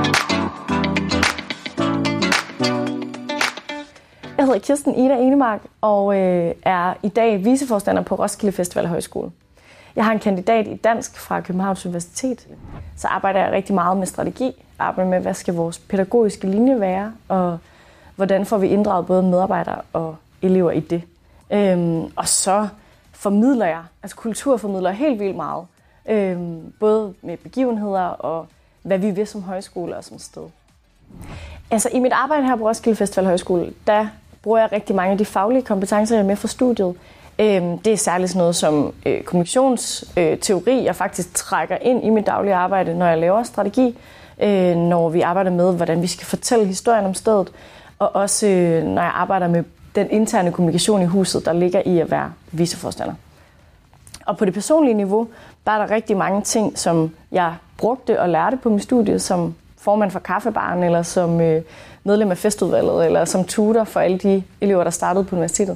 Jeg hedder Kirsten Ida Enemark og er i dag viceforstander på Roskilde Festival Højskole. Jeg har en kandidat i dansk fra Københavns Universitet. Så arbejder jeg rigtig meget med strategi. Arbejder med, hvad skal vores pædagogiske linje være, og hvordan får vi inddraget både medarbejdere og elever i det. Og så formidler jeg, altså kulturformidler helt vildt meget. Både med begivenheder og hvad vi vil som højskole og som sted. Altså i mit arbejde her på Roskilde Festival Højskole, der bruger jeg rigtig mange af de faglige kompetencer, jeg er med fra studiet. Det er særligt sådan noget som kommunikationsteori, jeg faktisk trækker ind i mit daglige arbejde, når jeg laver strategi. Når vi arbejder med, hvordan vi skal fortælle historien om stedet. Og også når jeg arbejder med den interne kommunikation i huset, der ligger i at være viceforstander. Og på det personlige niveau, der er der rigtig mange ting, som jeg brugte og lærte på mit studie, som formand for kaffebaren, eller som medlem af festudvalget, eller som tutor for alle de elever, der startede på universitetet.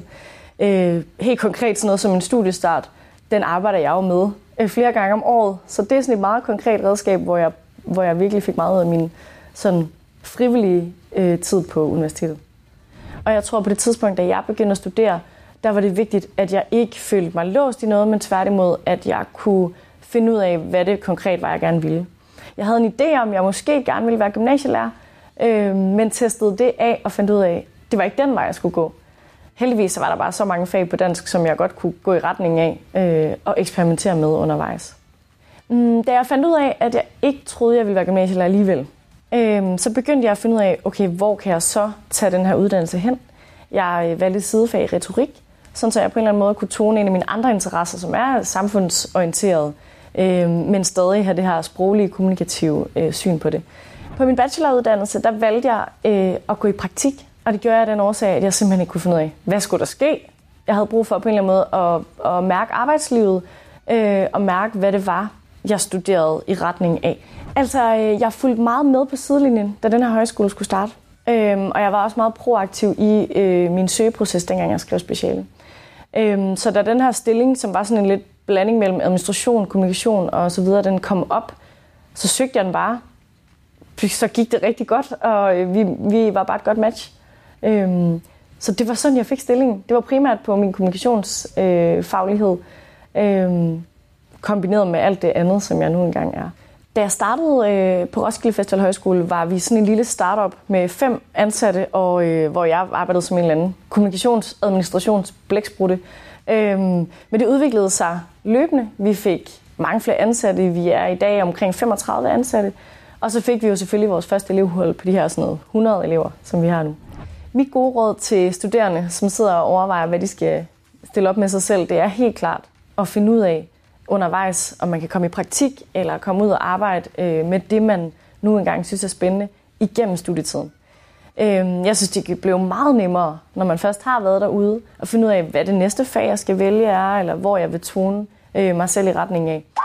Helt konkret sådan noget som en studiestart, den arbejder jeg jo med flere gange om året. Så det er sådan et meget konkret redskab, hvor jeg virkelig fik meget ud af min sådan frivillige tid på universitetet. Og jeg tror på det tidspunkt, da jeg begyndte at studere, der var det vigtigt, at jeg ikke følte mig låst i noget, men tværtimod, at jeg kunne finde ud af, hvad det konkret var, jeg gerne ville. Jeg havde en idé om, at jeg måske gerne ville være gymnasielærer, men testede det af og fandt ud af, at det var ikke den vej, jeg skulle gå. Heldigvis så var der bare så mange fag på dansk, som jeg godt kunne gå i retning af og eksperimentere med undervejs. Da jeg fandt ud af, at jeg ikke troede, jeg ville være gymnasielærer alligevel, så begyndte jeg at finde ud af, okay, hvor kan jeg så tage den her uddannelse hen? Jeg valgte sidefag i retorik, så jeg på en eller anden måde kunne tone en af mine andre interesser, som er samfundsorienteret, men stadig have det her sproglige, kommunikative syn på det. På min bacheloruddannelse, der valgte jeg at gå i praktik, og det gjorde jeg af den årsag, at jeg simpelthen ikke kunne finde ud af, hvad skulle der ske? Jeg havde brug for på en eller anden måde at mærke arbejdslivet, og mærke, hvad det var, jeg studerede i retning af. Altså, jeg fulgte meget med på sidelinjen, da den her højskole skulle starte. Og jeg var også meget proaktiv i min søgeproces, dengang jeg skrev speciale. Så da den her stilling, som var sådan en lidt blanding mellem administration, kommunikation og så videre, den kom op, så søgte jeg den bare. Så gik det rigtig godt, og vi var bare et godt match. Så det var sådan, jeg fik stillingen. Det var primært på min kommunikationsfaglighed, kombineret med alt det andet, som jeg nu engang er. Da jeg startede på Roskilde Festival Højskole, var vi sådan en lille startup med 5 ansatte, og hvor jeg arbejdede som en eller anden kommunikationsadministrationsblæksprutte. Men det udviklede sig løbende. Vi fik mange flere ansatte. Vi er i dag omkring 35 ansatte. Og så fik vi jo selvfølgelig vores første elevhold på de her sådan noget 100 elever, som vi har nu. Mit gode råd til studerende, som sidder og overvejer, hvad de skal stille op med sig selv, det er helt klart at finde ud af undervejs, om man kan komme i praktik eller komme ud og arbejde med det, man nu engang synes er spændende igennem studietiden. Jeg synes, det blev meget nemmere, når man først har været derude, at finde ud af, hvad det næste fag, jeg skal vælge er, eller hvor jeg vil tone mig selv i retning af.